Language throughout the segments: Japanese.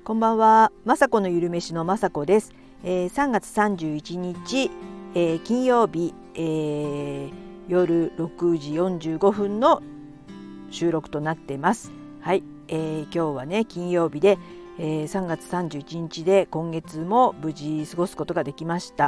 こんばんは。まさこのゆるめしのまさこです。3月31日、金曜日、夜6時45分の収録となっています。はい、今日はね金曜日で、3月31日で今月も無事過ごすことができました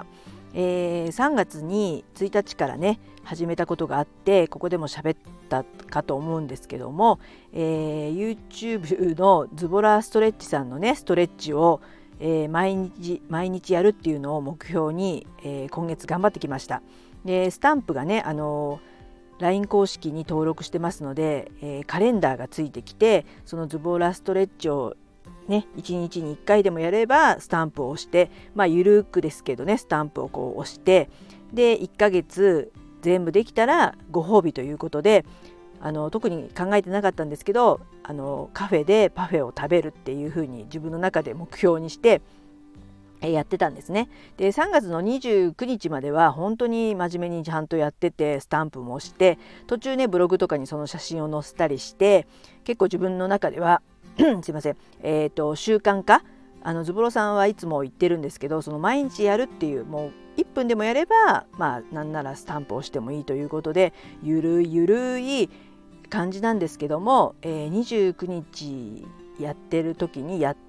。3月に1日からね始めたことがあって、ここでも喋ったかと思うんですけども、YouTube のズボラストレッチさんのねストレッチを、毎日やるっていうのを目標に、今月頑張ってきました。でスタンプがねLINE 公式に登録してますので、カレンダーがついてきて、そのズボラストレッチをね、1日に1回でもやればスタンプを押して、ゆるくですけどねスタンプをこう押して、で1ヶ月全部できたらご褒美ということで、特に考えてなかったんですけど、カフェでパフェを食べるっていう風に自分の中で目標にしてやってたんですね。で3月の29日までは本当に真面目にちゃんとやってて、スタンプも押して、途中ねブログとかにその写真を載せたりして、結構自分の中ではすいません、習慣化、ズボロさんはいつも言ってるんですけど、その毎日やるっていう、もう1分でもやればなんならスタンプを押してもいいということで、ゆるい感じなんですけども、29日やってる時にやって、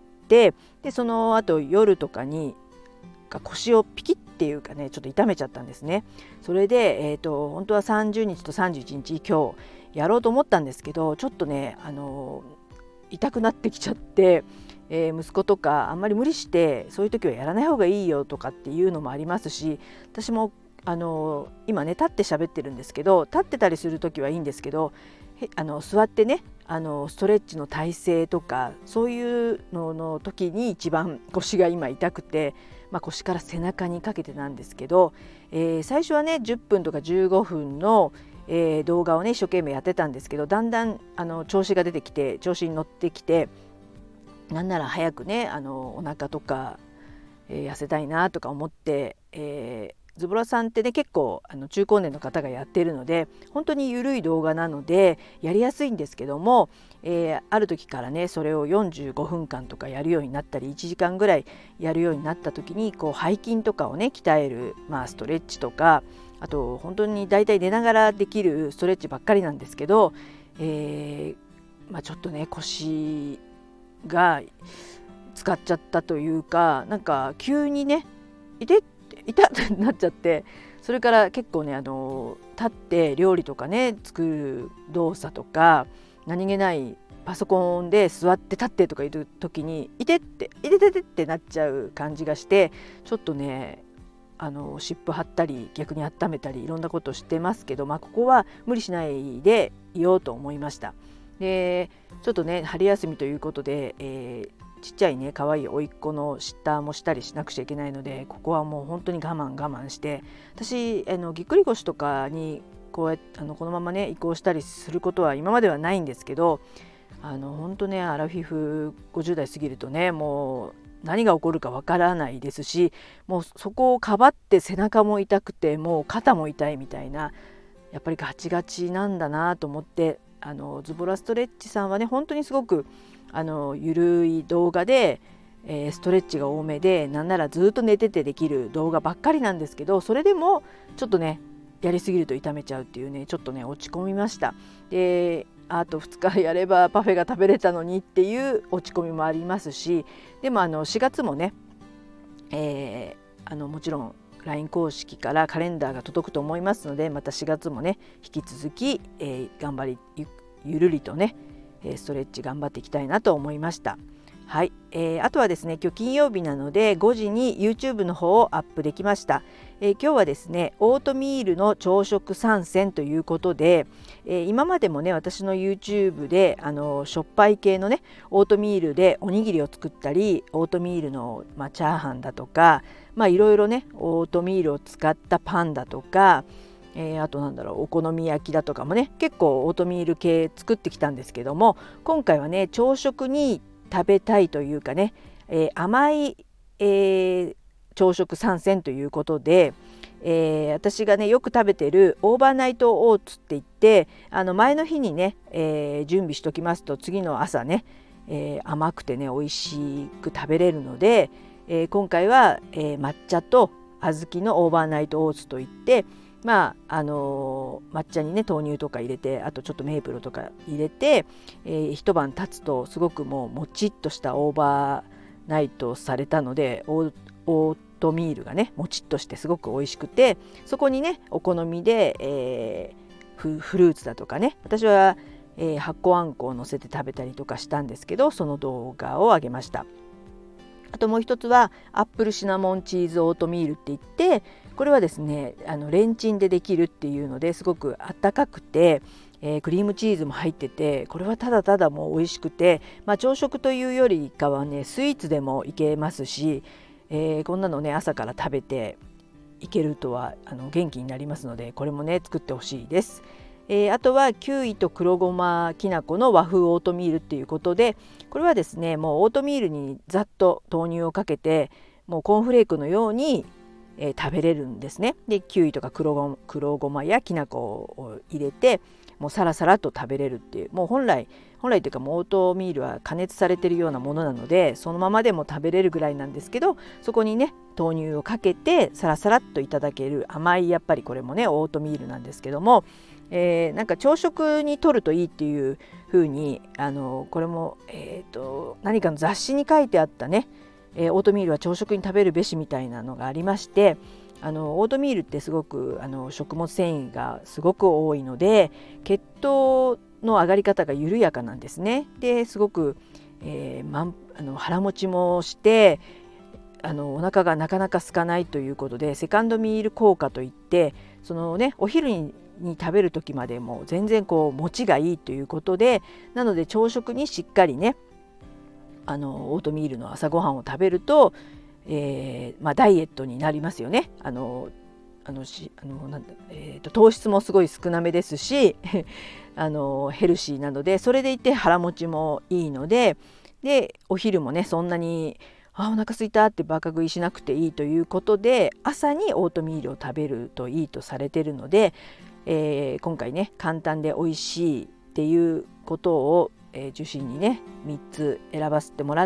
でその後夜とかに腰をピキッっていうかねちょっと痛めちゃったんですね。それで、本当は30日と31日今日やろうと思ったんですけど、ちょっとね痛くなってきちゃって、息子とかあんまり無理してそういう時はやらない方がいいよとかっていうのもありますし、私も今ね立って喋ってるんですけど、立ってたりする時はいいんですけど、座ってねストレッチの体勢とかそういうのの時に一番腰が今痛くて、腰から背中にかけてなんですけど、最初はね10分とか15分の動画をね一生懸命やってたんですけど、だんだん調子が出てきて、調子に乗ってきて、なんなら早くねお腹とか、痩せたいなとか思って、ズボラさんってね結構中高年の方がやってるので、本当に緩い動画なのでやりやすいんですけども、ある時からねそれを45分間とかやるようになったり、1時間ぐらいやるようになった時に、こう背筋とかをね鍛える、ストレッチとか、あと本当にだいたい寝ながらできるストレッチばっかりなんですけど、ちょっとね腰が使っちゃったというか、なんか急にね痛ってなっちゃって、それから結構ね立って料理とかね作る動作とか、何気ないパソコンで座って立ってとかいう時にいてってなっちゃう感じがして、ちょっとね湿布貼ったり逆に温めたりいろんなことしてますけど、ここは無理しないでいようと思いました。でちょっとね春休みということで、ちっちゃいね可愛い甥っ子のシッターもしたりしなくちゃいけないので、ここはもう本当に我慢して、私ぎっくり腰とかにこうやってこのままね移行したりすることは今まではないんですけど、本当ねアラフィフ50代過ぎるとねもう何が起こるかわからないですし、もうそこをかばって背中も痛くて、もう肩も痛いみたいな、やっぱりガチガチなんだなと思って、ズボラストレッチさんはね本当にすごくゆるい動画で、ストレッチが多めで、なんならずっと寝ててできる動画ばっかりなんですけど、それでもちょっとねやりすぎると痛めちゃうっていうね、ちょっとね落ち込みました。であと2日やればパフェが食べれたのにっていう落ち込みもありますし、でも4月もね、もちろん LINE 公式からカレンダーが届くと思いますので、また4月もね引き続き、頑張りゆるりとねストレッチ頑張っていきたいなと思いました。はい、あとはですね、今日金曜日なので5時に YouTube の方をアップできました。今日はですねオートミールの朝食参戦ということで、今までもね私の YouTube でしょっぱい系のねオートミールでおにぎりを作ったり、オートミールの、チャーハンだとか、いろいろねオートミールを使ったパンだとか、あとお好み焼きだとかもね結構オートミール系作ってきたんですけども、今回はね朝食に食べたいというかね、甘い、朝食参戦ということで、私がねよく食べてるオーバーナイトオーツって言って、前の日にね、準備しときますと次の朝ね、 甘くてね美味しく食べれるので、今回は、抹茶と小豆のオーバーナイトオーツといって、抹茶にね豆乳とか入れて、あとちょっとメープルとか入れて、一晩経つとすごくもうもちっとしたオーバーナイトされたので、オートミールがねもちっとしてすごく美味しくて、そこにねお好みで、フルーツだとかね、私は、発酵あんこを乗せて食べたりとかしたんですけど、その動画を上げました。あともう一つはアップルシナモンチーズオートミールって言って、これはですねレンチンでできるっていうのですごくあったかくて、クリームチーズも入ってて、これはただただもう美味しくて、朝食というよりかはねスイーツでもいけますし、こんなのね朝から食べていけるとは元気になりますので、これもね作ってほしいです。あとはキウイと黒ごまきな粉の和風オートミールっていうことで、これはですねもうオートミールにざっと豆乳をかけて、もうコーンフレークのように、食べれるんですね。でキウイとか黒ごまやきな粉を入れて、もうサラサラと食べれるっていう、もう本来というかもうオートミールは加熱されてるようなものなので、そのままでも食べれるぐらいなんですけど、そこにね豆乳をかけてサラサラっといただける甘い、やっぱりこれもねオートミールなんですけども、なんか朝食に摂るといいっていう風にこれも、何かの雑誌に書いてあったね、オートミールは朝食に食べるべしみたいなのがありまして、オートミールってすごく食物繊維がすごく多いので、血糖の上がり方が緩やかなんですね。ですごく、腹持ちもしてお腹がなかなか空かないということで、セカンドミール効果といって、そのねお昼に食べる時までも全然こう持ちがいいということで、なので朝食にしっかりねオートミールの朝ごはんを食べると、ダイエットになりますよね。糖質もすごい少なめですしヘルシーなので、それでいて腹持ちもいいので、お昼もねそんなにお腹空いたってバカ食いしなくていいということで、朝にオートミールを食べるといいとされているので、今回ね簡単で美味しいっていうことを、中心にね3つ選ばせてもらって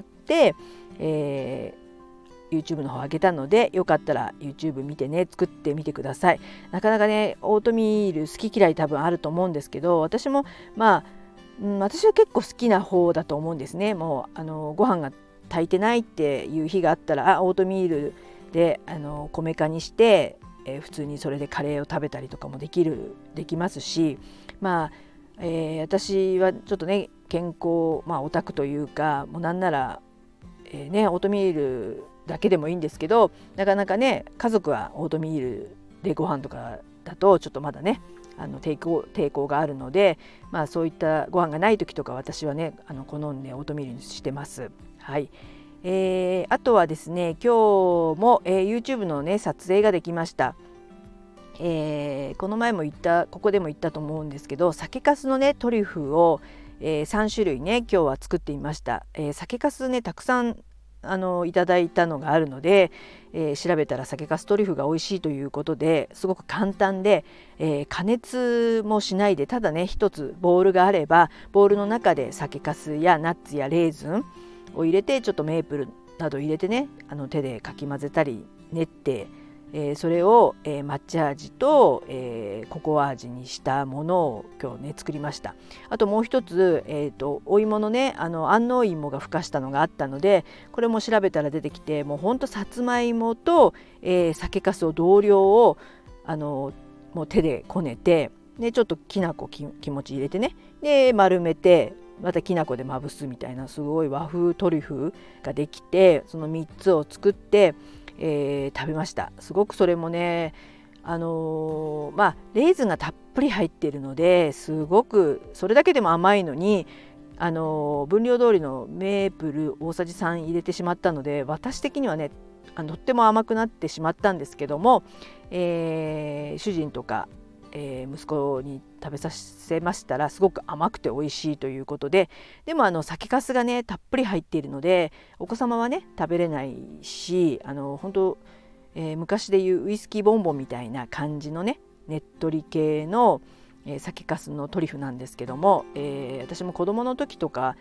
、YouTube の方上げたので、よかったら YouTube 見てね作ってみてください。なかなかねオートミール好き嫌い多分あると思うんですけど、私も私は結構好きな方だと思うんですね。もうご飯が炊いてないっていう日があったら、オートミールで米化にして、普通にそれでカレーを食べたりとかもできますし、私はちょっとね健康、オタクというか、もうなんなら、オートミールだけでもいいんですけど、なかなかね家族はオートミールでご飯とかだとちょっとまだね抵抗があるので、そういったご飯がない時とか私はね好んでオートミールにしてます。はい。あとはですね、今日も、YouTube のね撮影ができました。この前もここでも言ったと思うんですけど、酒粕のねトリュフを、3種類ね今日は作ってみました。酒粕ねたくさんいただいたのがあるので、調べたら酒粕トリュフが美味しいということで、すごく簡単で、加熱もしないで、ただね一つボウルがあれば、ボウルの中で酒粕やナッツやレーズンを入れて、ちょっとメープルなど入れてね手でかき混ぜたり練って、それを、抹茶味と、ココア味にしたものを今日ね作りました。あともう一つ、お芋のね安納芋がふかしたのがあったので、これも調べたら出てきて、もうほんとさつまいもと、酒粕を同量をもう手でこねて、でちょっときな粉気持ち入れてね、で丸めてまたきな粉でまぶすみたいな、すごい和風トリュフができて、その3つを作って食べました。すごくそれもねレーズンがたっぷり入っているので、すごくそれだけでも甘いのに分量通りのメープル大さじ3入れてしまったので、私的にはねとっても甘くなってしまったんですけども、主人とか、息子に食べさせましたら、すごく甘くて美味しいということで、でも酒粕がねたっぷり入っているので、お子様はね食べれないし、本当、昔でいうウイスキーボンボンみたいな感じのねねっとり系の、酒粕のトリュフなんですけども、私も子供の時とか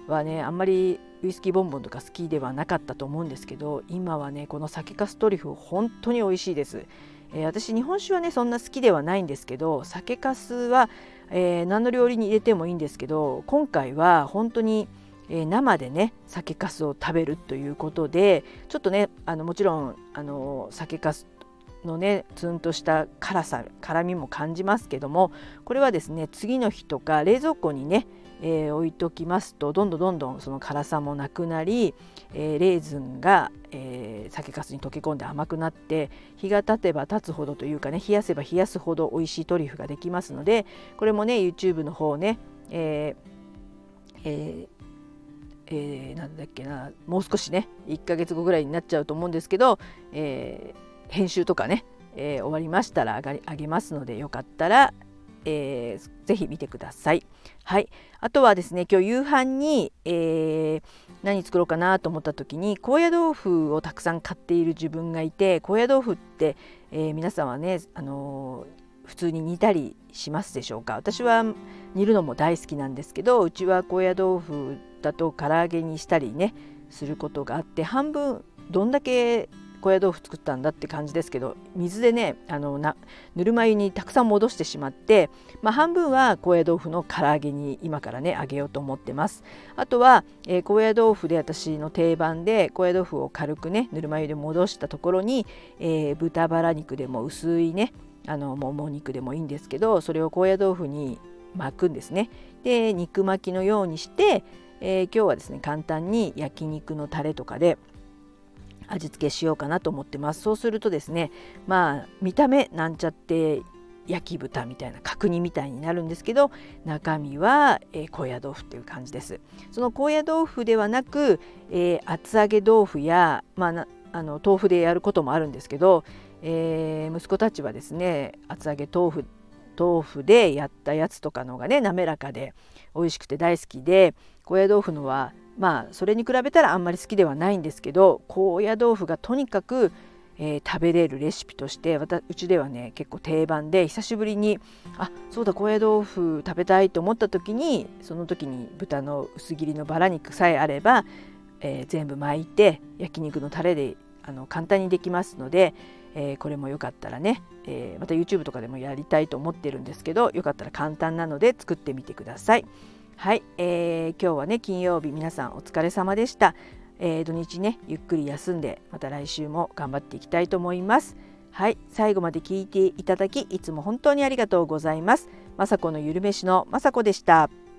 はねあんまりウイスキーボンボンとか好きではなかったと思うんですけど、今はねこの酒粕トリュフ本当に美味しいです。私日本酒はねそんな好きではないんですけど、酒粕は、何の料理に入れてもいいんですけど、今回は本当に生でね酒粕を食べるということで、ちょっとねもちろん酒粕のねツンとした辛みも感じますけども、これはですね次の日とか冷蔵庫にね、置いときますとどんどんその辛さもなくなり、レーズンが、酒粕に溶け込んで甘くなって、日が経てば経つほどというかね、冷やせば冷やすほど美味しいトリュフができますので、これもね YouTube の方ね、なんだっけな、もう少しね1ヶ月後ぐらいになっちゃうと思うんですけど、編集とかね、終わりましたら上げますので、よかったら、ぜひ見てください。はい、あとはですね今日夕飯に、何作ろうかなと思った時に高野豆腐をたくさん買っている自分がいて、高野豆腐って、皆さんはね、普通に煮たりしますでしょうか。私は煮るのも大好きなんですけど、うちは高野豆腐だと唐揚げにしたりねすることがあって、半分どんだけ高野豆腐作ったんだって感じですけど、水でねぬるま湯にたくさん戻してしまって、半分は高野豆腐の唐揚げに今からねあげようと思ってます。あとは、高野豆腐で私の定番で高野豆腐を軽くねぬるま湯で戻したところに、豚バラ肉でも薄いねもも肉でもいいんですけど、それを高野豆腐に巻くんですね。で肉巻きのようにして、今日はですね簡単に焼肉のタレとかで味付けしようかなと思ってます。そうするとですね、見た目なんちゃって焼き豚みたいな角煮みたいになるんですけど、中身は、高野豆腐っていう感じです。その高野豆腐ではなく、厚揚げ豆腐や、豆腐でやることもあるんですけど、息子たちはですね厚揚げ豆腐でやったやつとかのがね滑らかで美味しくて大好きで、高野豆腐のはそれに比べたらあんまり好きではないんですけど、高野豆腐がとにかく、食べれるレシピとしてうちではね結構定番で、久しぶりにそうだ高野豆腐食べたいと思った時に、その時に豚の薄切りのバラ肉さえあれば、全部巻いて焼肉のタレで簡単にできますので、これもよかったらね、また YouTube とかでもやりたいと思ってるんですけど、よかったら簡単なので作ってみてください。はい、今日はね金曜日、皆さんお疲れ様でした。土日ねゆっくり休んで、また来週も頑張っていきたいと思います。はい、最後まで聞いていただきいつも本当にありがとうございます。まさこのゆるめしのまさこでした。